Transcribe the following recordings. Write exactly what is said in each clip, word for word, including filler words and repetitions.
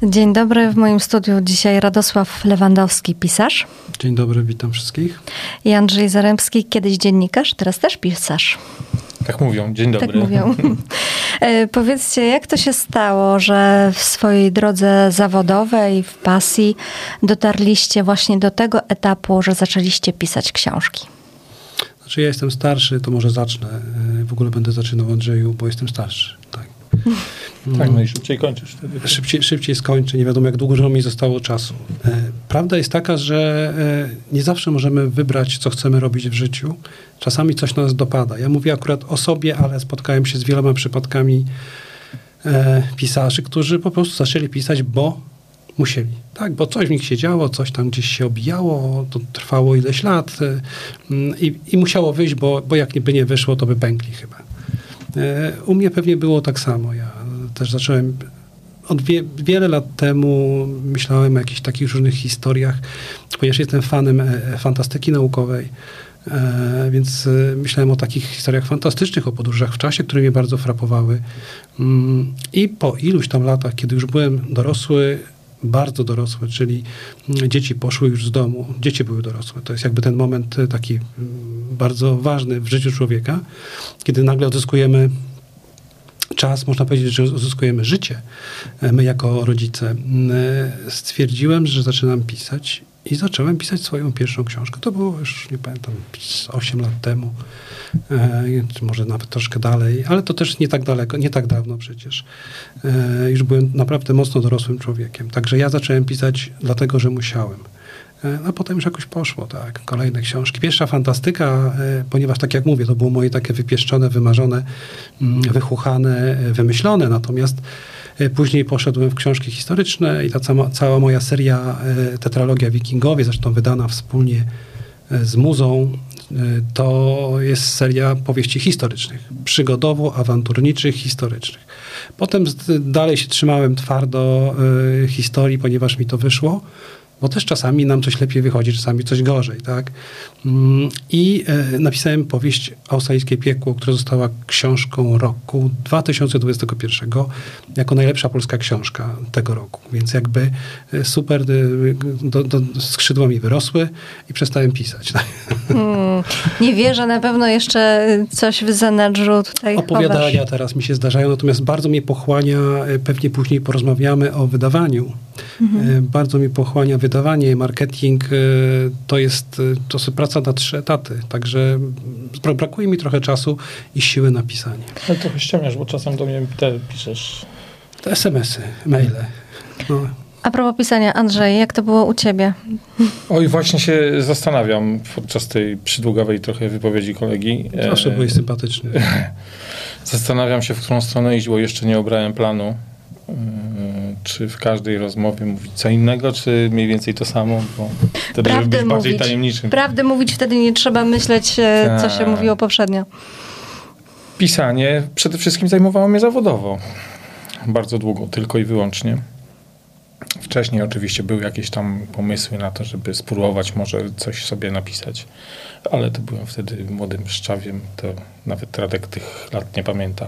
Dzień dobry, w moim studiu dzisiaj Radosław Lewandowski, pisarz. Dzień dobry, witam wszystkich. I Andrzej Zaremski, kiedyś dziennikarz, teraz też pisarz. Tak mówią, dzień dobry. Tak mówią. e, powiedzcie, jak to się stało, że w swojej drodze zawodowej, w pasji dotarliście właśnie do tego etapu, że zaczęliście pisać książki? Znaczy ja jestem starszy, to może zacznę. W ogóle będę zaczynał, Andrzeju, bo jestem starszy. Tak. Tak, no i szybciej kończysz wtedy. Szybciej, szybciej skończę, nie wiadomo jak długo mi zostało czasu. Prawda jest taka, że nie zawsze możemy wybrać, co chcemy robić w życiu. Czasami coś nas dopada. Ja mówię akurat o sobie, ale spotkałem się z wieloma przypadkami pisarzy, którzy po prostu zaczęli pisać, bo musieli. Tak, bo coś w nich się działo, coś tam gdzieś się obijało, to trwało ileś lat i, i musiało wyjść, bo, bo jak by nie wyszło, to by pękli chyba. U mnie pewnie było tak samo. Ja też zacząłem od wie, wiele lat temu, myślałem o jakichś takich różnych historiach, ponieważ jestem fanem fantastyki naukowej, więc myślałem o takich historiach fantastycznych, o podróżach w czasie, które mnie bardzo frapowały. I po iluś tam latach, kiedy już byłem dorosły, bardzo dorosłe, czyli dzieci poszły już z domu, dzieci były dorosłe. To jest jakby ten moment taki bardzo ważny w życiu człowieka, kiedy nagle odzyskujemy czas, można powiedzieć, że odzyskujemy życie, my jako rodzice. Stwierdziłem, że zaczynam pisać i zacząłem pisać swoją pierwszą książkę. To było już, nie pamiętam, osiem lat temu, czy może nawet troszkę dalej, ale to też nie tak daleko, nie tak dawno przecież. Już byłem naprawdę mocno dorosłym człowiekiem. Także ja zacząłem pisać dlatego, że musiałem. A potem już jakoś poszło, tak. Kolejne książki. Pierwsza fantastyka, ponieważ tak jak mówię, to było moje takie wypieszczone, wymarzone, wychuchane, wymyślone. Natomiast później poszedłem w książki historyczne i ta cała, cała moja seria, tetralogia Wikingowie, zresztą wydana wspólnie z Muzą, to jest seria powieści historycznych. Przygodowo-awanturniczych, historycznych. Potem dalej się trzymałem twardo historii, ponieważ mi to wyszło. Bo też czasami nam coś lepiej wychodzi, czasami coś gorzej, tak? I e, napisałem powieść Australijskie piekło, która została książką roku dwa tysiące dwudziestego pierwszego jako najlepsza polska książka tego roku. Więc jakby super do, do, skrzydła mi wyrosły i przestałem pisać. Tak? Hmm, nie wierzę, na pewno jeszcze coś w zanadrzu tutaj Opowiadania chowasz. teraz mi się zdarzają, natomiast bardzo mnie pochłania, pewnie później porozmawiamy o wydawaniu. Mhm. Bardzo mi pochłania wydawanie, marketing, to jest, to jest praca na trzy etaty, także brakuje mi trochę czasu i siły na pisanie. Ale trochę ściemniasz, bo czasem do mnie te piszesz. To es em esy, maile. No. A propos pisania, Andrzej, jak to było u ciebie? Oj, właśnie się zastanawiam podczas tej przydługawej trochę wypowiedzi kolegi. Zawsze byłeś sympatyczny. Zastanawiam się, w którą stronę iść, bo jeszcze nie obrałem planu. Czy w każdej rozmowie mówić co innego, czy mniej więcej to samo, bo wtedy żeby być mówić, bardziej tajemniczym. Prawdę mówić, wtedy nie trzeba myśleć, Ta. co się mówiło poprzednio. Pisanie przede wszystkim zajmowało mnie zawodowo. Bardzo długo, tylko i wyłącznie. Wcześniej oczywiście były jakieś tam pomysły na to, żeby spróbować może coś sobie napisać, ale to byłem wtedy młodym szczawiem, to nawet Radek tych lat nie pamięta.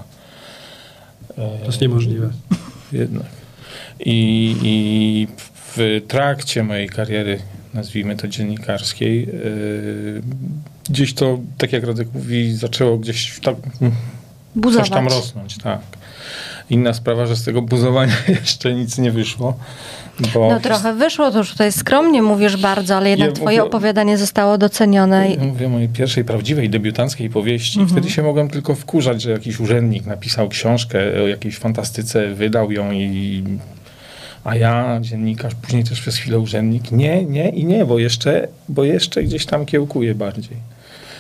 To jest niemożliwe. Jednak. I, I w trakcie mojej kariery, nazwijmy to dziennikarskiej, yy, gdzieś to, tak jak Radek mówi, zaczęło gdzieś tak, coś tam rosnąć. Tak. Inna sprawa, że z tego buzowania jeszcze nic nie wyszło. Bo no trochę wyszło, to już tutaj skromnie mówisz bardzo, ale jednak ja twoje mówię, opowiadanie zostało docenione. Ja mówię o mojej pierwszej prawdziwej, debiutanckiej powieści. Mhm. Wtedy się mogłem tylko wkurzać, że jakiś urzędnik napisał książkę o jakiejś fantastyce, wydał ją i... A ja, dziennikarz, później też przez chwilę urzędnik. Nie, nie i nie, bo jeszcze, bo jeszcze gdzieś tam kiełkuje bardziej.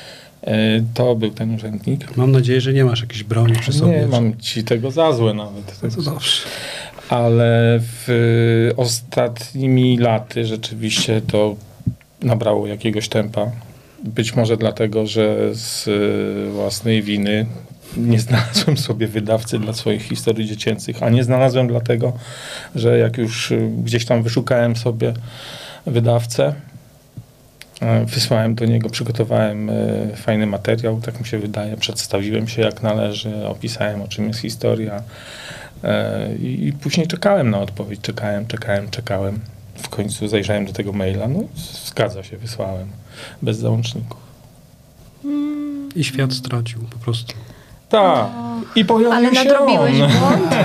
To był ten urzędnik. Mam nadzieję, że nie masz jakiejś broni przy sobie. Nie, mam ci tego za złe nawet. No to dobrze. Ale w ostatnimi laty rzeczywiście to nabrało jakiegoś tempa. Być może dlatego, że z własnej winy nie znalazłem sobie wydawcy dla swoich historii dziecięcych, a nie znalazłem dlatego, że jak już gdzieś tam wyszukałem sobie wydawcę, wysłałem do niego, przygotowałem fajny materiał, tak mi się wydaje, przedstawiłem się jak należy, opisałem, o czym jest historia, I później czekałem na odpowiedź, czekałem, czekałem, czekałem. W końcu zajrzałem do tego maila, no zgadza się, wysłałem. Bez załączników. I świat stracił po prostu. Tak. I pojawił Ale się nadrobiłeś on. błąd?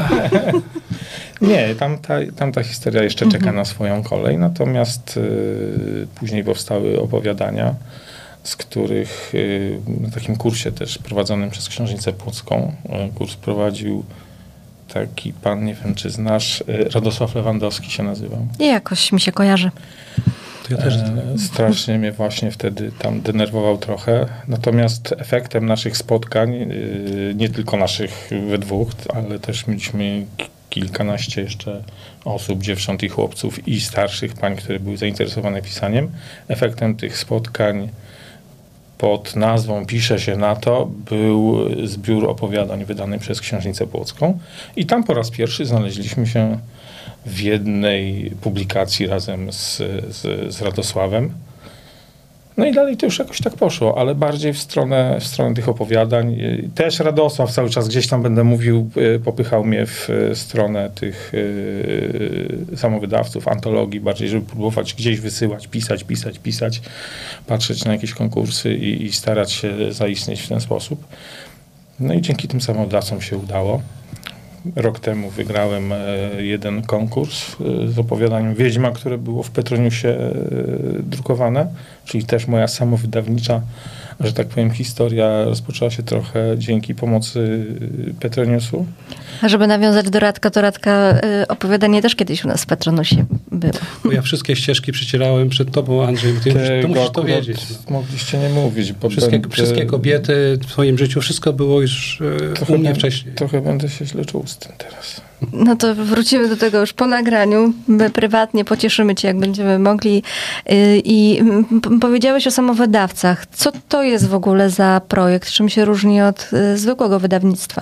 Nie, tamta, tamta historia jeszcze Mhm. czeka na swoją kolej, natomiast y, później powstały opowiadania, z których y, na takim kursie też prowadzonym przez Książnicę Płocką, y, kurs prowadził taki pan, nie wiem czy znasz, y, Radosław Lewandowski się nazywał. I jakoś mi się kojarzy. To ja też E, strasznie mnie właśnie wtedy tam denerwował trochę. Natomiast efektem naszych spotkań, y, nie tylko naszych we dwóch, ale też mieliśmy k- kilkanaście jeszcze osób, dziewcząt i chłopców i starszych pań, które były zainteresowane pisaniem. Efektem tych spotkań pod nazwą Pisze się na to był zbiór opowiadań wydany przez Książnicę Płocką i tam po raz pierwszy znaleźliśmy się w jednej publikacji razem z, z, z Radosławem. No i dalej to już jakoś tak poszło, ale bardziej w stronę, w stronę tych opowiadań. Też Radosław cały czas gdzieś tam będę mówił, popychał mnie w stronę tych yy, samowydawców, antologii, bardziej, żeby próbować gdzieś wysyłać, pisać, pisać, pisać, patrzeć na jakieś konkursy i, i starać się zaistnieć w ten sposób. No i dzięki tym samowydawcom się udało. Rok temu wygrałem e, jeden konkurs e, z opowiadaniem Wiedźma, które było w Petroniusie e, drukowane, czyli też moja samowydawnicza, że tak powiem, historia rozpoczęła się trochę dzięki pomocy Petroniusu. A żeby nawiązać do Radka, to Radka y, opowiadanie też kiedyś u nas w Petronusie było. Bo ja wszystkie ścieżki przecierałem przed tobą, Andrzej, bo ty musisz, to musisz to wiedzieć. No. Mogliście nie mówić. Bo Wszystkie, będę, wszystkie kobiety w twoim życiu, wszystko było już e, u mnie będę, wcześniej. Trochę będę się źle czuł z tym teraz. No to wrócimy do tego już po nagraniu. My prywatnie pocieszymy cię, jak będziemy mogli. Y, I p- powiedziałeś o samowydawcach. Co to jest w ogóle za projekt? Czym się różni od y, zwykłego wydawnictwa?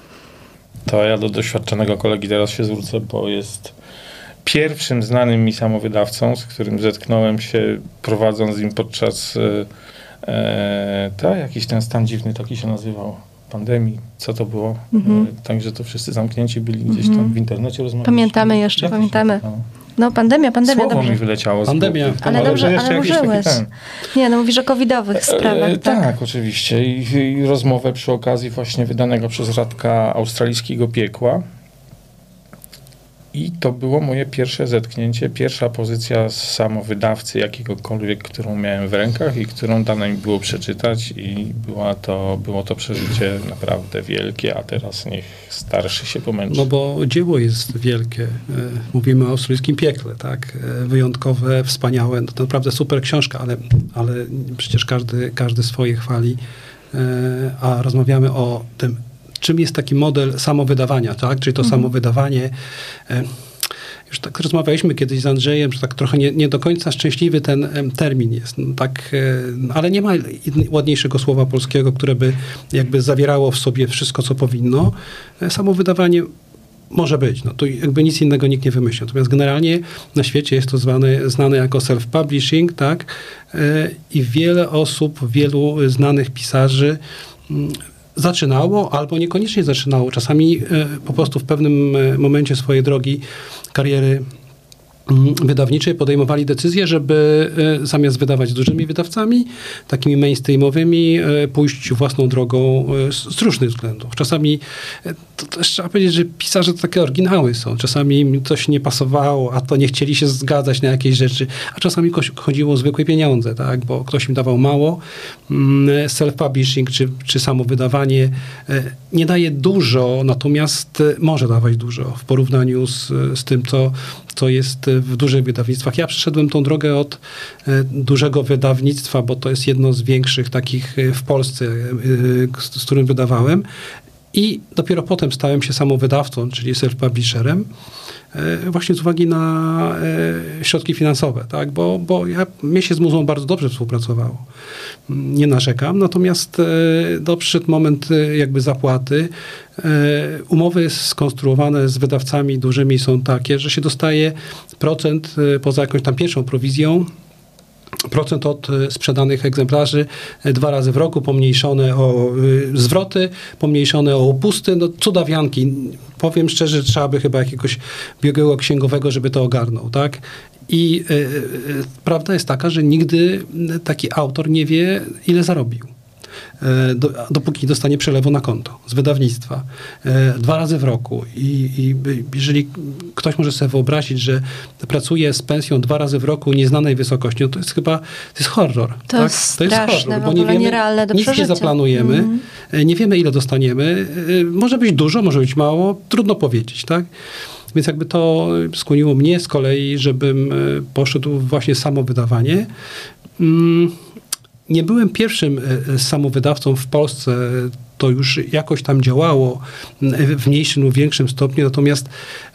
To ja do doświadczonego kolegi teraz się zwrócę, bo jest pierwszym znanym mi samowydawcą, z którym zetknąłem się prowadząc z nim podczas e, e, ta, jakiś ten stan dziwny taki się nazywał, pandemii. Co to było? Mhm. E, także to wszyscy zamknięci byli gdzieś tam w internecie rozmawialiśmy. Pamiętamy jeszcze, Jak to się pamiętamy. nazywało? No pandemia, pandemia, Słowo dobrze. mi wyleciało. z Pandemia. głowy. Ale No, dobrze, jeszcze ale jakiś taki użyłeś. ten. Nie, no mówisz o covidowych sprawach, E, tak? tak, oczywiście. I, I rozmowę przy okazji właśnie wydanego przez Radka Australijskiego Piekła. I to było moje pierwsze zetknięcie, pierwsza pozycja samowydawcy jakiegokolwiek, którą miałem w rękach i którą dane mi było przeczytać i była to, było to przeżycie naprawdę wielkie, a teraz niech starszy się pomęczy. No bo dzieło jest wielkie. E, Mówimy o Australijskim Piekle, tak? E, Wyjątkowe, wspaniałe. No to naprawdę super książka, ale, ale przecież każdy, każdy swoje chwali. E, A rozmawiamy o tym, czym jest taki model samowydawania, tak? Czyli to mhm. samowydawanie. E, Już tak rozmawialiśmy kiedyś z Andrzejem, że tak trochę nie, nie do końca szczęśliwy ten em, termin jest. No, tak, e, ale nie ma ładniejszego słowa polskiego, które by jakby zawierało w sobie wszystko, co powinno. E, Samowydawanie może być. No, tu jakby nic innego nikt nie wymyślił. Natomiast generalnie na świecie jest to zwane, znane jako self-publishing, tak? E, I wiele osób, wielu znanych pisarzy m, zaczynało albo niekoniecznie zaczynało. Czasami e, po prostu w pewnym e, momencie swojej drogi, kariery mm, wydawniczej podejmowali decyzję, żeby e, zamiast wydawać z dużymi wydawcami, takimi mainstreamowymi, e, pójść własną drogą e, z, z różnych względów. Czasami e, to też trzeba powiedzieć, że pisarze to takie oryginały są. Czasami im coś nie pasowało, a to nie chcieli się zgadzać na jakieś rzeczy, a czasami koś- chodziło o zwykłe pieniądze, tak? Bo ktoś im dawał mało. Mm, Self-publishing czy, czy samo wydawanie e, nie daje dużo, natomiast e, może dawać dużo w porównaniu z, z tym, co, co jest w dużych wydawnictwach. Ja przeszedłem tą drogę od e, dużego wydawnictwa, bo to jest jedno z większych takich e, w Polsce, e, e, z, z którym wydawałem. I dopiero potem stałem się samowydawcą, czyli self-publisherem, e, właśnie z uwagi na e, środki finansowe, tak? Bo, bo ja, mnie się z muzą bardzo dobrze współpracowało. Nie narzekam, natomiast e, no, przyszedł moment e, jakby zapłaty. E, umowy skonstruowane z wydawcami dużymi są takie, że się dostaje procent e, poza jakąś tam pierwszą prowizją, procent od sprzedanych egzemplarzy dwa razy w roku, pomniejszone o zwroty, pomniejszone o upusty, no cudawianki. Powiem szczerze, trzeba by chyba jakiegoś biegłego księgowego, żeby to ogarnął, tak? I y, y, prawda jest taka, że nigdy taki autor nie wie, ile zarobił. Do, dopóki dostanie przelewu na konto z wydawnictwa. E, dwa razy w roku. I, I jeżeli ktoś może sobie wyobrazić, że pracuje z pensją dwa razy w roku nieznanej wysokości, no to jest chyba, to jest horror. To tak? jest To jest straszne, horror, bo nie wiemy, nierealne do nic przeżycia. nie zaplanujemy, mm. nie wiemy, ile dostaniemy. E, może być dużo, może być mało, trudno powiedzieć, tak? Więc jakby to skłoniło mnie z kolei, żebym poszedł właśnie w samowydawanie. Mm. Nie byłem pierwszym samowydawcą w Polsce, to już jakoś tam działało w mniejszym lub większym stopniu, natomiast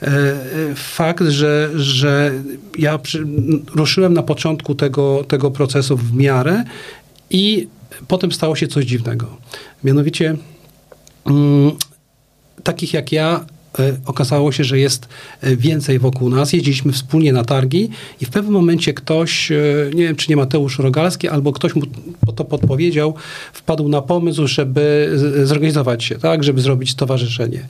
fakt, że, że ja przy, ruszyłem na początku tego, tego procesu w miarę i potem stało się coś dziwnego. Mianowicie mm, takich jak ja okazało się, że jest więcej wokół nas. Jeździliśmy wspólnie na targi i w pewnym momencie ktoś, nie wiem, czy nie Mateusz Rogalski, albo ktoś mu to podpowiedział, wpadł na pomysł, żeby zorganizować się, tak, żeby zrobić stowarzyszenie.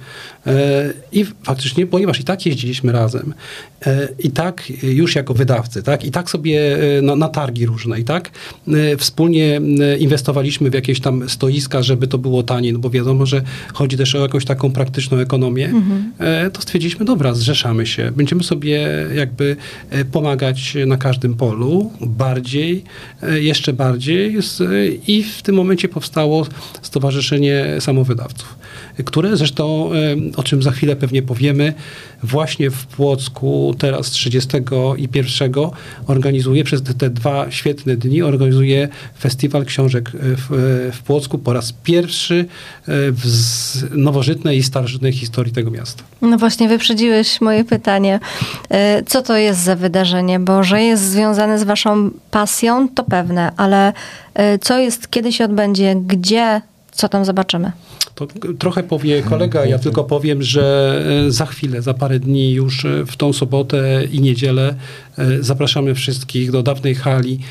I faktycznie, ponieważ i tak jeździliśmy razem, i tak już jako wydawcy, tak, i tak sobie na, na targi różne, i tak wspólnie inwestowaliśmy w jakieś tam stoiska, żeby to było taniej, no bo wiadomo, że chodzi też o jakąś taką praktyczną ekonomię. Mhm. To stwierdziliśmy, dobra, zrzeszamy się. Będziemy sobie jakby pomagać na każdym polu, bardziej, jeszcze bardziej i w tym momencie powstało Stowarzyszenie Samowydawców, które zresztą, o czym za chwilę pewnie powiemy, właśnie w Płocku teraz trzydziestego pierwszego organizuje, przez te dwa świetne dni organizuje Festiwal Książek w, w Płocku po raz pierwszy w nowożytnej i starożytnej historii tego miasta. No właśnie, wyprzedziłeś moje pytanie. Co to jest za wydarzenie? Bo że jest związane z waszą pasją, to pewne, ale co jest, kiedy się odbędzie, gdzie, co tam zobaczymy? To trochę powie kolega, ja tylko powiem, że za chwilę, za parę dni już w tą sobotę i niedzielę zapraszamy wszystkich do dawnej hali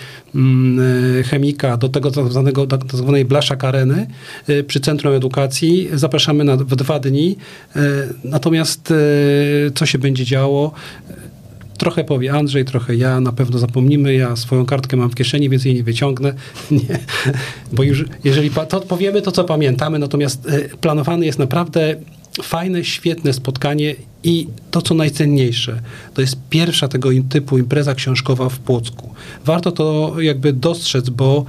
Chemika, do tego tak zwanego, tak zwanej Blaszak Areny przy Centrum Edukacji. Zapraszamy na, w dwa dni. Natomiast co się będzie działo? Trochę powie Andrzej, trochę ja, na pewno zapomnimy. Ja swoją kartkę mam w kieszeni, więc jej nie wyciągnę. Nie. Bo już, jeżeli to powiemy to, co pamiętamy, natomiast planowane jest naprawdę fajne, świetne spotkanie i to, co najcenniejsze, to jest pierwsza tego typu impreza książkowa w Płocku. Warto to jakby dostrzec, bo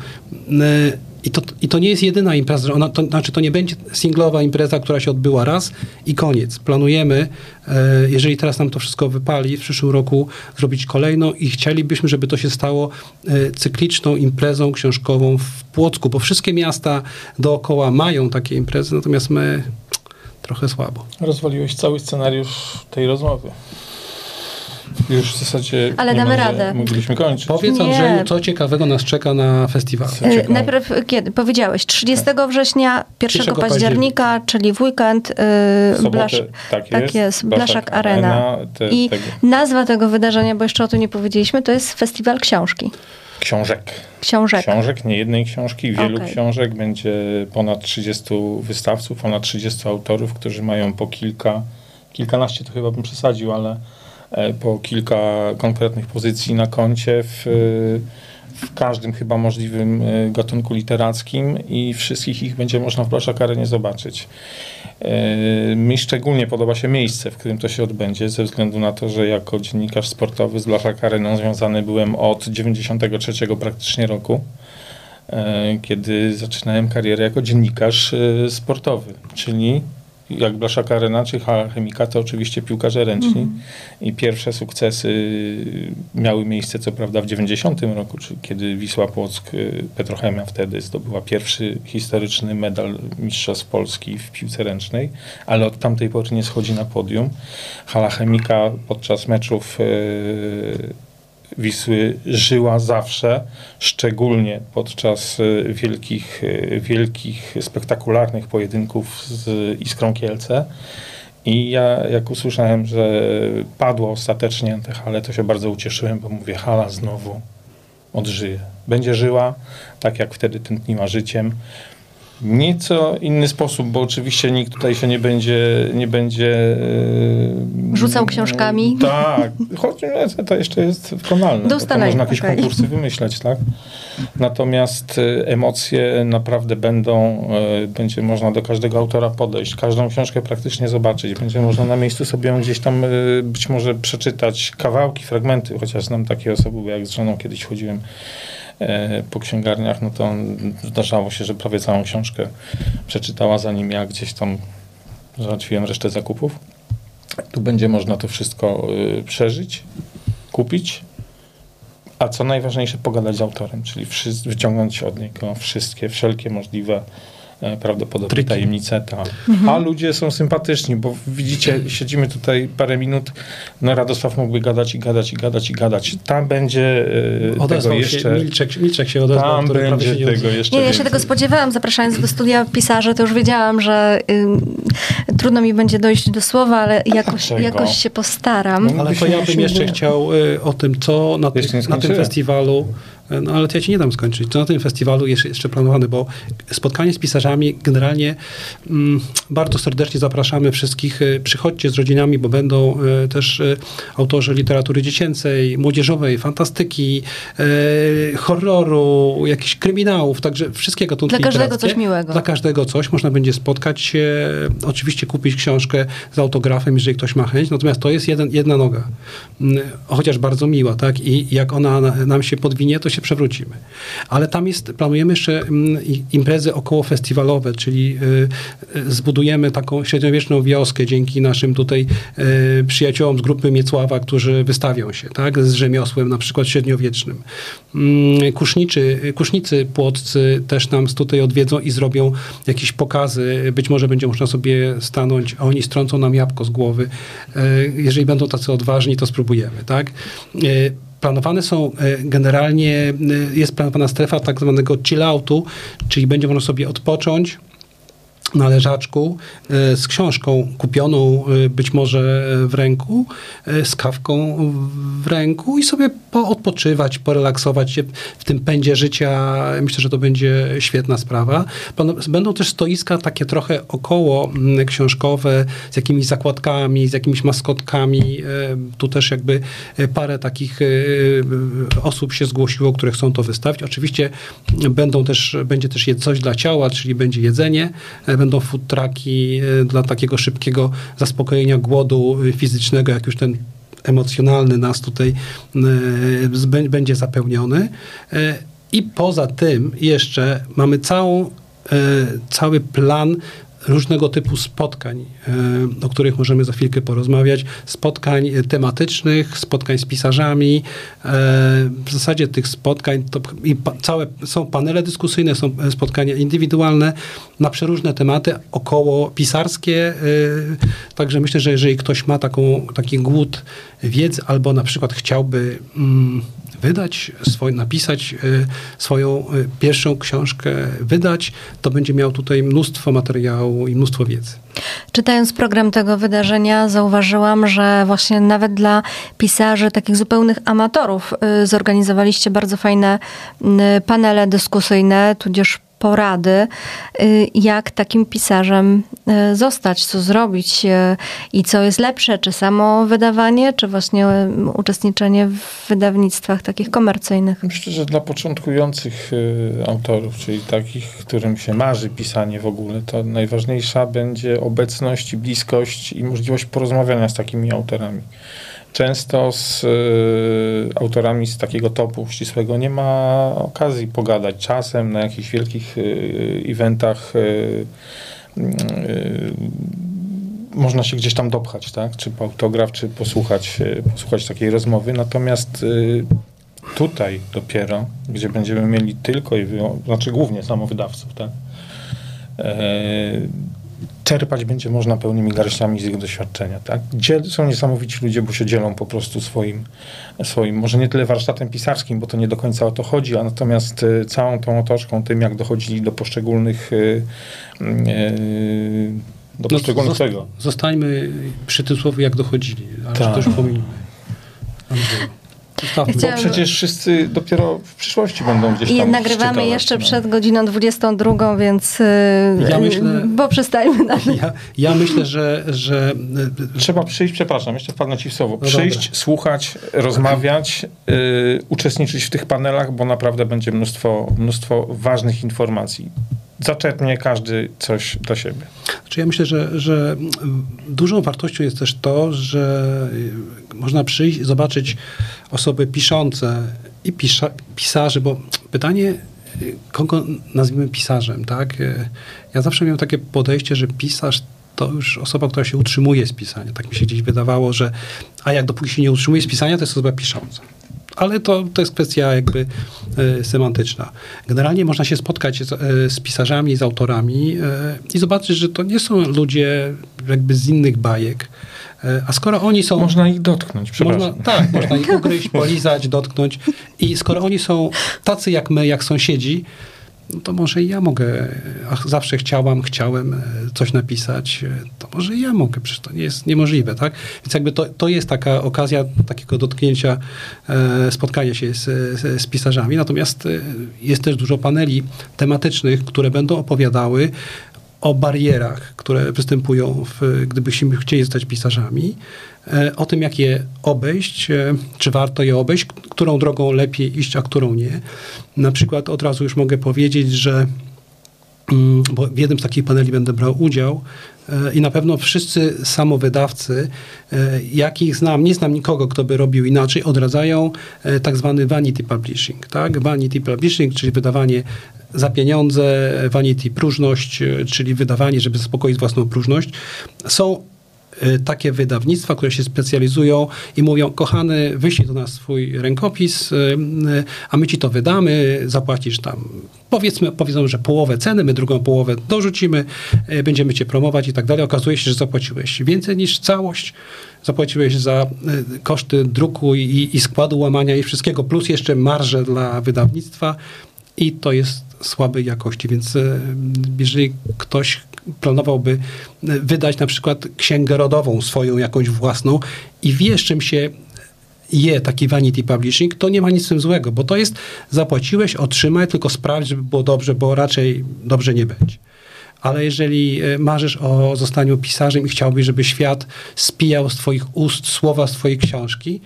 I to, I to nie jest jedyna impreza, ona, to znaczy to nie będzie singlowa impreza, która się odbyła raz i koniec. Planujemy, e, jeżeli teraz nam to wszystko wypali, w przyszłym roku zrobić kolejną i chcielibyśmy, żeby to się stało e, cykliczną imprezą książkową w Płocku, bo wszystkie miasta dookoła mają takie imprezy, natomiast my trochę słabo. Rozwaliłeś cały scenariusz tej rozmowy. Już w zasadzie ale damy radę. Mogliśmy kończyć. Powiedz, Andrzeju, co ciekawego nas czeka na festiwalu? Yy, najpierw kiedy? Powiedziałeś trzydziestego września, pierwszego października, czyli w weekend yy, Blasz, tak jest, tak jest Blaszak Arena. Arena te, I tego. nazwa tego wydarzenia, bo jeszcze o tym nie powiedzieliśmy, to jest Festiwal Książki. Książek. Książek. Książek, nie jednej książki, wielu okay. książek. Będzie ponad trzydziestu wystawców, ponad trzydziestu autorów, którzy mają po kilka, kilkanaście to chyba bym przesadził, ale po kilka konkretnych pozycji na koncie w, w każdym chyba możliwym gatunku literackim i wszystkich ich będzie można w Blaszak Arenie zobaczyć. Mi szczególnie podoba się miejsce, w którym to się odbędzie, ze względu na to, że jako dziennikarz sportowy z Blaszak Areną związany byłem od dziewięćdziesiątego trzeciego praktycznie roku, kiedy zaczynałem karierę jako dziennikarz sportowy, czyli jak Blaszak Arena czy Hala Chemika, to oczywiście piłkarze ręczni. Mm. I pierwsze sukcesy miały miejsce, co prawda, w dziewięćdziesiątym roku, czyli kiedy Wisła Płock, Petrochemia wtedy zdobyła pierwszy historyczny medal Mistrzostw Polski w piłce ręcznej, ale od tamtej pory nie schodzi na podium. Hala Chemika podczas meczów yy, Wisły żyła zawsze, szczególnie podczas wielkich, wielkich, spektakularnych pojedynków z Iskrą Kielce. I ja, jak usłyszałem, że padło ostatecznie Antehale, to się bardzo ucieszyłem, bo mówię, hala znowu. odżyje. Będzie żyła tak, jak wtedy tętniła życiem. Nieco inny sposób, bo oczywiście nikt tutaj się nie będzie nie będzie yy, rzucał książkami. Yy, tak, choć to jeszcze jest wykonalne. To można jakieś okay. konkursy wymyślać, tak? Natomiast y, emocje naprawdę będą, y, będzie można do każdego autora podejść, każdą książkę praktycznie zobaczyć. Będzie można na miejscu sobie ją gdzieś tam y, być może przeczytać kawałki, fragmenty, chociaż znam takie osoby, bo jak z żoną kiedyś chodziłem po księgarniach, no to zdarzało się, że prawie całą książkę przeczytała, zanim ja gdzieś tam załatwiłem resztę zakupów. Tu będzie można to wszystko y, przeżyć, kupić, a co najważniejsze, pogadać z autorem, czyli wszy- wyciągnąć od niego wszystkie, wszelkie możliwe e, prawdopodobnie Triki. tajemnice. Ta. Mhm. A ludzie są sympatyczni, bo widzicie, siedzimy tutaj parę minut, no Radosław mógłby gadać i gadać i gadać i gadać. Tam będzie e, tego jeszcze... Się, Milczek, Milczek się odezwał. Tam będzie się tego jeszcze Nie, ja więcej. się tego spodziewałam, zapraszając do studia pisarza, to już wiedziałam, że y, trudno mi będzie dojść do słowa, ale jakoś, jakoś się postaram. No, ale to ja bym jeszcze chciał y, o tym, co na, ty, na tym festiwalu. No ale to ja ci nie dam skończyć. Co na tym festiwalu jest jeszcze planowane, bo spotkanie z pisarzami generalnie mm, bardzo serdecznie zapraszamy wszystkich. Przychodźcie z rodzinami, bo będą y, też y, autorzy literatury dziecięcej, młodzieżowej, fantastyki, y, horroru, jakichś kryminałów, także wszystkiego gatunki Dla każdego literackie. coś miłego. Dla każdego coś. Można będzie spotkać się, oczywiście kupić książkę z autografem, jeżeli ktoś ma chęć. Natomiast to jest jeden, jedna noga. Chociaż bardzo miła, tak? I jak ona nam się podwinie, to się przewrócimy. Ale tam jest, planujemy jeszcze imprezy okołofestiwalowe, czyli y, zbudujemy taką średniowieczną wioskę dzięki naszym tutaj y, przyjaciołom z grupy Miecława, którzy wystawią się, tak? Z rzemiosłem na przykład średniowiecznym. Y, kuszniczy, kusznicy płoccy też nam tutaj odwiedzą i zrobią jakieś pokazy. Być może będzie można sobie stanąć, a oni strącą nam jabłko z głowy. Y, jeżeli będą tacy odważni, to spróbujemy, tak? Y, Planowane są generalnie, jest planowana strefa tak zwanego chill-outu, czyli będzie można sobie odpocząć na leżaczku z książką kupioną być może w ręku, z kawką w ręku i sobie odpoczywać, porelaksować się w tym pędzie życia. Myślę, że to będzie świetna sprawa. Będą też stoiska takie trochę około książkowe z jakimiś zakładkami, z jakimiś maskotkami. Tu też jakby parę takich osób się zgłosiło, które chcą to wystawić. Oczywiście będą też, będzie też coś dla ciała, czyli będzie jedzenie, będą food trucki dla takiego szybkiego zaspokojenia głodu fizycznego, jak już ten emocjonalny nas tutaj y, będzie zapełniony. Y, I poza tym jeszcze mamy całą, y, cały plan różnego typu spotkań, y, o których możemy za chwilkę porozmawiać. Spotkań tematycznych, spotkań z pisarzami. Y, w zasadzie tych spotkań to i pa, całe, są panele dyskusyjne, są spotkania indywidualne na przeróżne tematy, około pisarskie. Y, także myślę, że jeżeli ktoś ma taką, taki głód wiedzy albo na przykład chciałby mm, wydać, swoj, napisać y, swoją y, pierwszą książkę, wydać, to będzie miał tutaj mnóstwo materiału i mnóstwo wiedzy. Czytając program tego wydarzenia, zauważyłam, że właśnie nawet dla pisarzy, takich zupełnych amatorów, y, zorganizowaliście bardzo fajne y, panele dyskusyjne, tudzież porady, jak takim pisarzem zostać, co zrobić i co jest lepsze, czy samo wydawanie, czy właśnie uczestniczenie w wydawnictwach takich komercyjnych. Myślę, że dla początkujących autorów, czyli takich, którym się marzy pisanie w ogóle, to najważniejsza będzie obecność i bliskość i możliwość porozmawiania z takimi autorami. Często z y, autorami z takiego topu ścisłego nie ma okazji pogadać. Czasem na jakichś wielkich y, eventach y, y, można się gdzieś tam dopchać, tak? Czy po autograf, czy posłuchać, y, posłuchać takiej rozmowy. Natomiast y, tutaj dopiero, gdzie będziemy mieli tylko i wyłącznie, znaczy głównie samowydawców, tak? Y, czerpać będzie można pełnymi garściami z ich doświadczenia. Tak? Dziel, są niesamowici ludzie, bo się dzielą po prostu swoim, swoim, może nie tyle warsztatem pisarskim, bo to nie do końca o to chodzi, a natomiast y, całą tą otoczką, tym jak dochodzili do poszczególnych y, y, do poszczególnych no, tego. Zostańmy przy tym słowie, jak dochodzili, ale tak. to już pominimy. Zostawmy. Chciałam- Bo przecież wszyscy dopiero w przyszłości będą gdzieś tam I nagrywamy szczytować, jeszcze no. przed godziną dwudziestą drugą, więc Ja yy, myślę- bo przestańmy na Ja, ja myślę, że, że Trzeba przyjść, przepraszam, jeszcze wpadnę ci w słowo. No Przyjść, dobra. słuchać, rozmawiać, yy, uczestniczyć w tych panelach, bo naprawdę będzie mnóstwo, mnóstwo ważnych informacji. Zaczerpnie każdy coś do siebie. Znaczy ja myślę, że, że dużą wartością jest też to, że można przyjść, zobaczyć osoby piszące i pisza, pisarzy, bo pytanie, kogo nazwijmy pisarzem, tak? Ja zawsze miałem takie podejście, że pisarz to już osoba, która się utrzymuje z pisania. Tak mi się gdzieś wydawało, że a jak dopóki się nie utrzymuje z pisania, to jest osoba pisząca. Ale to, to jest kwestia jakby e, semantyczna. Generalnie można się spotkać z, e, z pisarzami, z autorami e, i zobaczyć, że to nie są ludzie jakby z innych bajek. E, a skoro oni są... Można ich dotknąć, przepraszam. Można, tak, można ich ugryźć, polizać, dotknąć. I skoro oni są tacy jak my, jak sąsiedzi, no to może i ja mogę, ach, zawsze chciałam, chciałem e, coś napisać, e, to może i ja mogę, przecież to nie jest niemożliwe, tak? Więc jakby to, to jest taka okazja takiego dotknięcia, e, spotkania się z, z, z pisarzami. Natomiast e, jest też dużo paneli tematycznych, które będą opowiadały o barierach, które występują, w, gdybyśmy chcieli zostać pisarzami, e, o tym, jak je obejść, e, czy warto je obejść, k- którą drogą lepiej iść, a którą nie. Na przykład od razu już mogę powiedzieć, że mm, bo w jednym z takich paneli będę brał udział e, i na pewno wszyscy samowydawcy, e, jakich znam, nie znam nikogo, kto by robił inaczej, odradzają e, tak zwany vanity publishing. Tak? Vanity publishing, czyli wydawanie za pieniądze, vanity próżność, e, czyli wydawanie, żeby zaspokoić własną próżność. Są e, takie wydawnictwa, które się specjalizują i mówią, kochany, wyślij do nas swój rękopis, e, e, a my ci to wydamy, zapłacisz tam, powiedzmy, powiedzą, że połowę ceny, my drugą połowę dorzucimy, e, będziemy cię promować i tak dalej. Okazuje się, że zapłaciłeś więcej niż całość, zapłaciłeś za e, koszty druku i, i składu łamania i wszystkiego, plus jeszcze marżę dla wydawnictwa i to jest słabej jakości, więc e, jeżeli ktoś planowałby e, wydać na przykład księgę rodową swoją, jakąś własną i wie, z czym się je taki vanity publishing, to nie ma nic z tym złego, bo to jest zapłaciłeś, otrzymaj, tylko sprawdź, żeby było dobrze, bo raczej dobrze nie będzie. Ale jeżeli e, marzysz o zostaniu pisarzem i chciałbyś, żeby świat spijał z twoich ust słowa z twojej książki,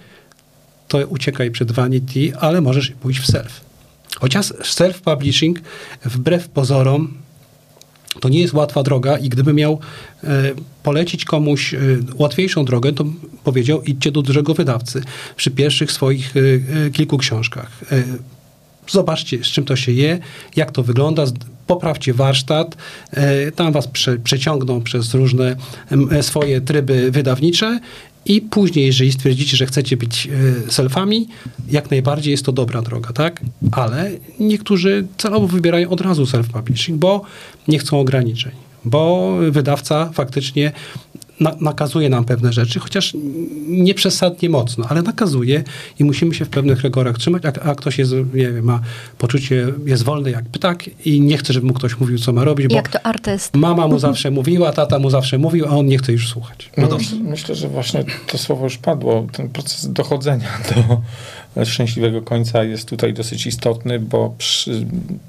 to uciekaj przed vanity, ale możesz pójść w self. Chociaż self-publishing, wbrew pozorom, to nie jest łatwa droga i gdybym miał e, polecić komuś e, łatwiejszą drogę, to powiedział, idźcie do dużego wydawcy przy pierwszych swoich e, e, kilku książkach. E, zobaczcie, z czym to się je, jak to wygląda, z- poprawcie warsztat, e, tam was prze, przeciągną przez różne e, swoje tryby wydawnicze i później, jeżeli stwierdzicie, że chcecie być e, selfami, jak najbardziej jest to dobra droga, tak? Ale niektórzy celowo wybierają od razu self-publishing, bo nie chcą ograniczeń, bo wydawca faktycznie na, nakazuje nam pewne rzeczy, chociaż nie przesadnie mocno, ale nakazuje i musimy się w pewnych rygorach trzymać, a, a ktoś jest, nie wiem, ma poczucie, jest wolny jak ptak i nie chce, żeby mu ktoś mówił, co ma robić, bo Jak to artyst. mama mu zawsze mówiła, tata mu zawsze mówił, a on nie chce już słuchać. No No dobrze. myślę, że właśnie to słowo już padło. Ten proces dochodzenia do szczęśliwego końca jest tutaj dosyć istotny, bo przy,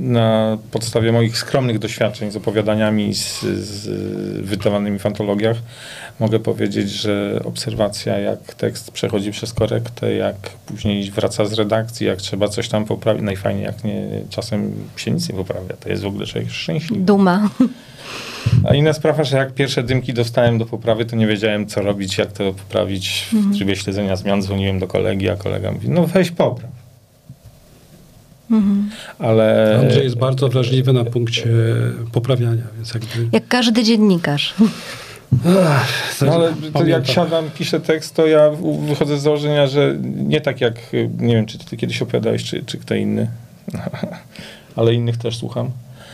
na podstawie moich skromnych doświadczeń z opowiadaniami z, z wydawanymi w antologiach mogę powiedzieć, że obserwacja, jak tekst przechodzi przez korektę, jak później wraca z redakcji, jak trzeba coś tam poprawić, najfajniej jak nie, czasem się nic nie poprawia, to jest w ogóle człowiek szczęśliwy. Duma. A inna sprawa, że jak pierwsze dymki dostałem do poprawy, to nie wiedziałem, co robić, jak to poprawić w trybie śledzenia zmian. Dzwoniłem do kolegi, a kolega mówi, no weź popraw. Mhm. Ale... Andrzej jest bardzo wrażliwy na punkcie poprawiania, więc jakby... Jak każdy dziennikarz. Ach, No, ale to pamiętam. jak siadam, piszę tekst, to ja u- wychodzę z założenia, że nie tak jak, nie wiem, czy ty kiedyś opowiadałeś, czy, czy kto inny, ale innych też słucham.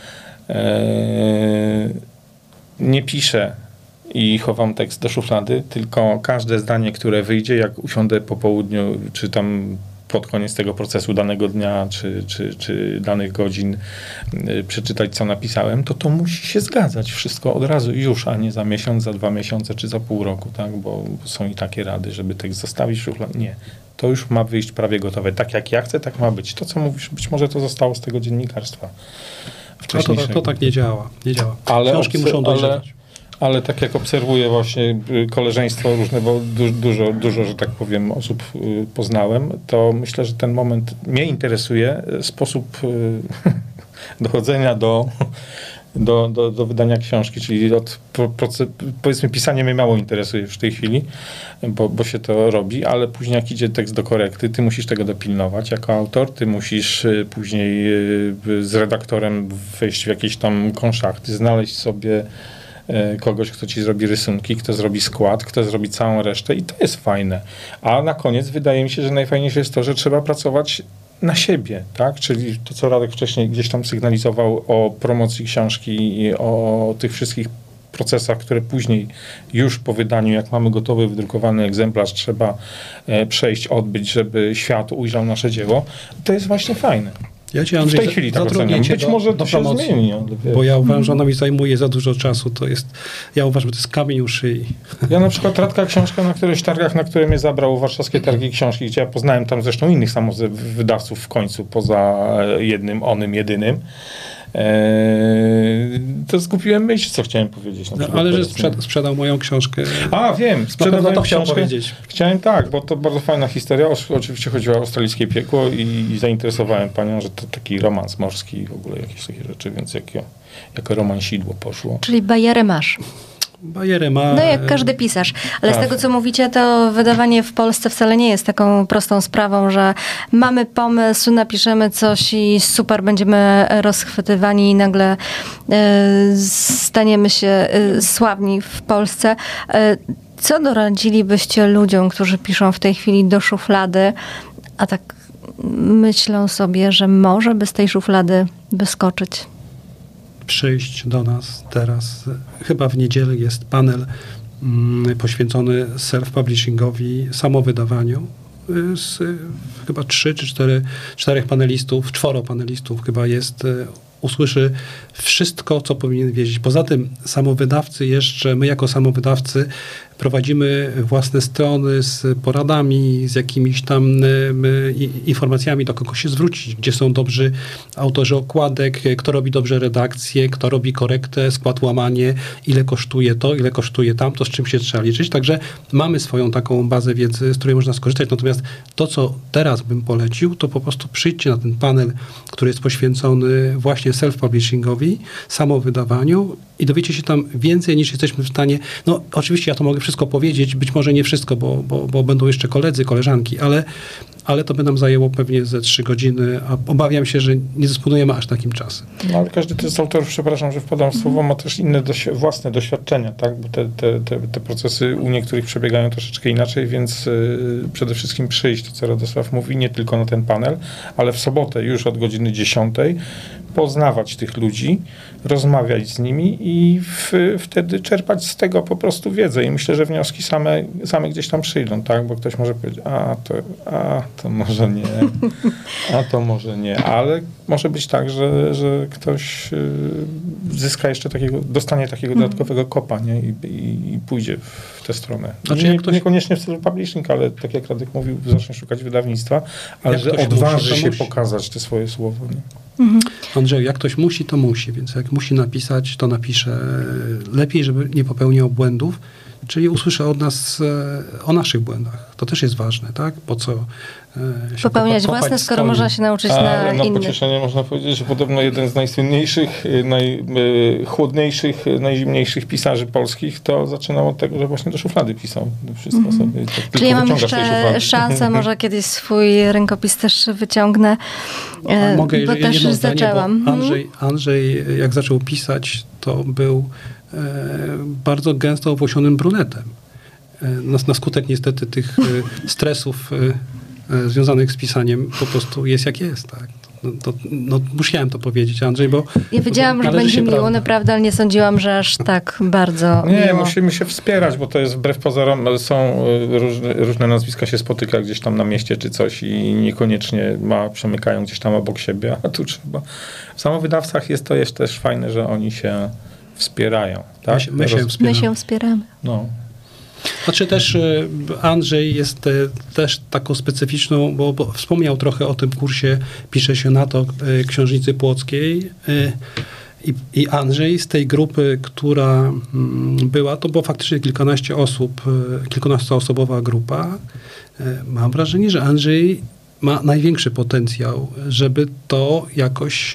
Eee, nie piszę i chowam tekst do szuflady, tylko każde zdanie, które wyjdzie, jak usiądę po południu, czy tam pod koniec tego procesu danego dnia, czy, czy, czy danych godzin y, przeczytać, co napisałem, to to musi się zgadzać wszystko od razu już, a nie za miesiąc, za dwa miesiące, czy za pół roku, tak? Bo są i takie rady, żeby tekst zostawić w szufladzie. Nie. To już ma wyjść prawie gotowe. Tak jak ja chcę, tak ma być. To, co mówisz, być może to zostało z tego dziennikarstwa wcześniejszego. To, to, to tak nie działa. Nie działa. Ale Książki obse- muszą dojrzewać. Ale, ale tak jak obserwuję właśnie koleżeństwo różne, bo du- dużo, dużo, że tak powiem, osób y, poznałem, to myślę, że ten moment mnie interesuje, sposób y, dochodzenia do... Do, do, do wydania książki, czyli od proces, powiedzmy pisanie mnie mało interesuje już w tej chwili, bo, bo się to robi, ale później jak idzie tekst do korekty, ty musisz tego dopilnować jako autor, ty musisz później z redaktorem wejść w jakieś tam konszachty, znaleźć sobie kogoś, kto ci zrobi rysunki, kto zrobi skład, kto zrobi całą resztę i to jest fajne. A na koniec wydaje mi się, że najfajniejsze jest to, że trzeba pracować na siebie, tak? Czyli to, co Radek wcześniej gdzieś tam sygnalizował o promocji książki i o tych wszystkich procesach, które później już po wydaniu, jak mamy gotowy, wydrukowany egzemplarz, trzeba e, przejść, odbyć, żeby świat ujrzał nasze dzieło, to jest właśnie fajne. Ja cię, Andrzej, w tej chwili tak oceniam. Być do, może do to się promocji, zmieni. Ale bo ja uważam, że ona mi zajmuje za dużo czasu. To jest, ja uważam, że to jest kamień u szyi. Ja na przykład Radka książka na którychś targach, na które mnie zabrał, warszawskie targi książki, gdzie ja poznałem tam zresztą innych samowydawców w końcu, poza jednym, onym, jedynym. Eee, to zgubiłem myśl, co chciałem powiedzieć. No, ale że sprzed, sprzedał moją książkę. A, wiem, sprzedał moją to chciał książkę. powiedzieć. Chciałem tak, bo to bardzo fajna historia. O, oczywiście chodziło o australijskie piekło i, i zainteresowałem panią, że to taki romans morski i w ogóle jakieś takie rzeczy, więc jak, jako romansidło poszło. Czyli bajerę masz. Bajerę ma... No jak każdy pisarz. Ale tak. Z tego, co mówicie, to wydawanie w Polsce wcale nie jest taką prostą sprawą, że mamy pomysł, napiszemy coś i super, będziemy rozchwytywani i nagle y, staniemy się y, sławni w Polsce. Y, co doradzilibyście ludziom, którzy piszą w tej chwili do szuflady, a tak myślą sobie, że może by z tej szuflady wyskoczyć? Przyjść do nas teraz. Chyba w niedzielę jest panel mm, poświęcony self-publishingowi, samowydawaniu. Z, chyba trzy czy cztery, czterech panelistów, czworo panelistów chyba jest, usłyszy wszystko, co powinien wiedzieć. Poza tym samowydawcy jeszcze, my jako samowydawcy prowadzimy własne strony z poradami, z jakimiś tam y, informacjami, do kogo się zwrócić, gdzie są dobrzy autorzy okładek, kto robi dobrze redakcję, kto robi korektę, skład, łamanie, ile kosztuje to, ile kosztuje tamto, z czym się trzeba liczyć. Także mamy swoją taką bazę wiedzy, z której można skorzystać. Natomiast to, co teraz bym polecił, to po prostu przyjdźcie na ten panel, który jest poświęcony właśnie self-publishingowi, samowydawaniu i dowiecie się tam więcej, niż jesteśmy w stanie. No oczywiście ja to mogę wszystko powiedzieć, być może nie wszystko, bo, bo, bo będą jeszcze koledzy, koleżanki, ale, ale to by nam zajęło pewnie ze trzy godziny, a obawiam się, że nie dysponujemy aż takim czasem. No ale każdy z autorów, przepraszam, że wpadam w słowo, ma też inne dosi- własne doświadczenia, tak? Bo te, te, te, te procesy u niektórych przebiegają troszeczkę inaczej, więc yy, przede wszystkim przyjść, to co Radosław mówi, nie tylko na ten panel, ale w sobotę już od godziny dziesiątej poznawać tych ludzi, rozmawiać z nimi i w, wtedy czerpać z tego po prostu wiedzę. I myślę, że wnioski same, same gdzieś tam przyjdą, tak? Bo ktoś może powiedzieć, a to, a to może nie, a to może nie. Ale może być tak, że, że ktoś y, zyska jeszcze takiego, dostanie takiego dodatkowego kopa, nie? I, i, i pójdzie w tę stronę. Znaczy, nie, ktoś... Niekoniecznie w stylu publishing, ale tak jak Radek mówił, zacznie szukać wydawnictwa, ale jak że odważy musi, się musi. pokazać te swoje słowo. Nie? Andrzej, jak ktoś musi, to musi, więc jak musi napisać, to napisze. Lepiej, żeby nie popełniał błędów, czyli usłyszę od nas e, o naszych błędach. To też jest ważne, tak? Po co e, się popełniać kopać własne, skoro stoi. można się nauczyć A na na innych. pocieszenie można powiedzieć, że podobno jeden z najsłynniejszych, najchłodniejszych, najzimniejszych pisarzy polskich to zaczynał od tego, że właśnie do szuflady pisał. Wszystko mm. sobie. Tak Czyli ja mam jeszcze szansę, może kiedyś swój rękopis też wyciągnę, A mogę, bo też jedno zdanie, zaczęłam. Bo Andrzej, Andrzej, jak zaczął pisać, to był e, bardzo gęsto owłosionym brunetem. E, na, na skutek niestety tych e, stresów e, e, związanych z pisaniem po prostu jest jak jest, tak? No, to, no, musiałem to powiedzieć, Andrzej, bo... Ja wiedziałam, bo że należy będzie się miło, prawda. naprawdę, ale nie sądziłam, że aż tak bardzo Nie, miło. musimy się wspierać, bo to jest wbrew pozorom, są różne, różne nazwiska się spotyka gdzieś tam na mieście czy coś i niekoniecznie ma, przemykają gdzieś tam obok siebie, a tu trzeba... W samowydawcach jest to jest też fajne, że oni się wspierają. Tak? My się, my się Roz... wspieramy. My się wspieramy. No. Znaczy też y, Andrzej jest y, też taką specyficzną, bo, bo wspomniał trochę o tym kursie Pisze się na to y, Książnicy Płockiej y, i, i Andrzej z tej grupy, która mm, była, to było faktycznie kilkanaście osób, y, kilkunastoosobowa grupa. Y, mam wrażenie, że Andrzej ma największy potencjał, żeby to jakoś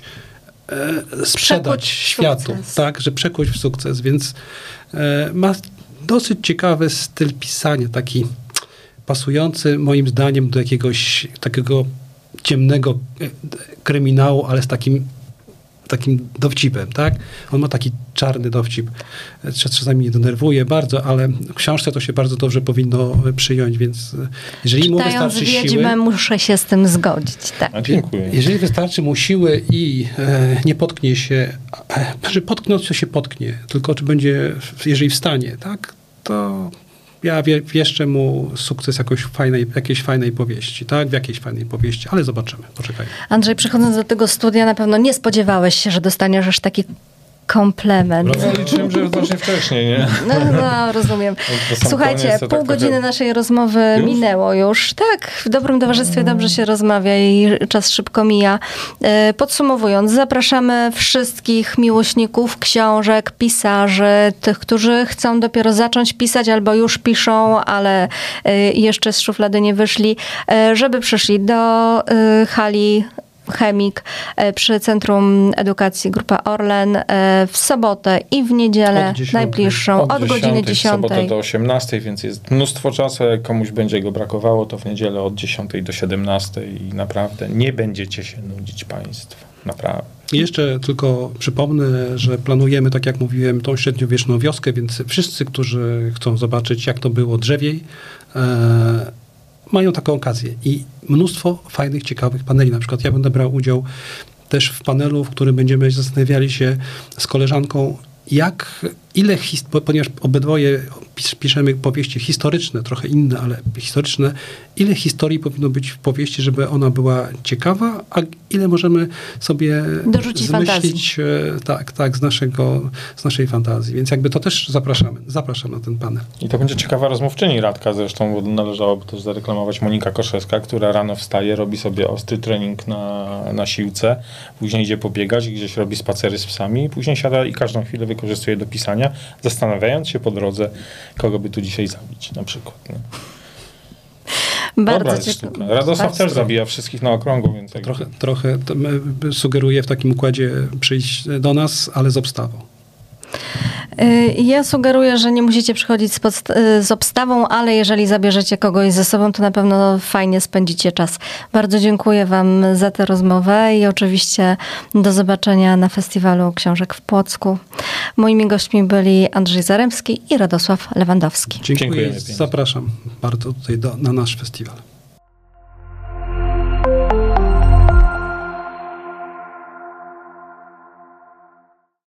y, sprzedać Przekuć w światu, sukces. tak, że przekuć w sukces, więc y, ma dosyć ciekawy styl pisania, taki pasujący moim zdaniem do jakiegoś takiego ciemnego kryminału, ale z takim, takim dowcipem, tak? On ma taki czarny dowcip. Czasami mnie denerwuje bardzo, ale w książce to się bardzo dobrze powinno przyjąć, więc jeżeli mu Czytając wystarczy Wiedźmę, siły... muszę się z tym zgodzić, tak. A dziękuję. Jeżeli wystarczy mu siły i e, nie potknie się, e, że potknąć to się potknie, tylko czy będzie, jeżeli wstanie, tak? To ja wie, wieszczę mu sukces jakoś fajnej, jakiejś fajnej powieści, tak? W jakiejś fajnej powieści, ale zobaczymy, poczekajmy. Andrzej, przychodząc do tego studia, na pewno nie spodziewałeś się, że dostaniesz aż taki komplement. No, liczyłem, że znacznie wcześniej, nie? No, no rozumiem. To sam Słuchajcie, koniec, to pół tak godziny trochę- naszej rozmowy Już? minęło już. Tak, w dobrym towarzystwie dobrze się rozmawia i czas szybko mija. E, Podsumowując, zapraszamy wszystkich miłośników książek, pisarzy, tych, którzy chcą dopiero zacząć pisać albo już piszą, ale e, jeszcze z szuflady nie wyszli, e, żeby przyszli do e, hali Chemik e, przy Centrum Edukacji Grupa Orlen e, w sobotę i w niedzielę Od dziesiątej. najbliższą od, godziny W sobotę dziesiątej. do osiemnastej, więc jest mnóstwo czasu. Jak komuś będzie go brakowało, to w niedzielę od dziesiątej do siedemnastej i naprawdę nie będziecie się nudzić państwo. Naprawdę. I jeszcze tylko przypomnę, że planujemy, tak jak mówiłem, tą średniowieczną wioskę, więc wszyscy, którzy chcą zobaczyć, jak to było drzewiej, e, mają taką okazję. I mnóstwo fajnych, ciekawych paneli. Na przykład ja będę brał udział też w panelu, w którym będziemy zastanawiali się z koleżanką, jak, ile, his- ponieważ obydwoje pis- piszemy powieści historyczne, trochę inne, ale historyczne, ile historii powinno być w powieści, żeby ona była ciekawa, a ile możemy sobie Dorzucić zmyślić e, tak, tak, z, naszego, z naszej fantazji. Więc jakby to też zapraszamy. Zapraszam na ten panel. I to będzie ciekawa rozmówczyni Radka zresztą, bo należałoby też zareklamować Monika Koszewska, która rano wstaje, robi sobie ostry trening na, na siłce, później idzie pobiegać, gdzieś robi spacery z psami, później siada i każdą chwilę wykorzystuje do pisania, zastanawiając się po drodze, kogo by tu dzisiaj zabić na przykład. Nie? Bardzo Dobra jest ciekawe. sztuka. Radosław Bardzo. też zabija wszystkich na okrągło, więc jakby- Trochę, trochę to, e, sugeruję w takim układzie przyjść do nas, ale z obstawą. Y, Ja sugeruję, że nie musicie przychodzić z, podst- y, z obstawą, ale jeżeli zabierzecie kogoś ze sobą, to na pewno fajnie spędzicie czas. Bardzo dziękuję wam za tę rozmowę i oczywiście do zobaczenia na Festiwalu Książek w Płocku. Moimi gośćmi byli Andrzej Zaremski i Radosław Lewandowski. Dziękuję. Dziękujemy pięknie. Zapraszam bardzo tutaj do, na nasz festiwal.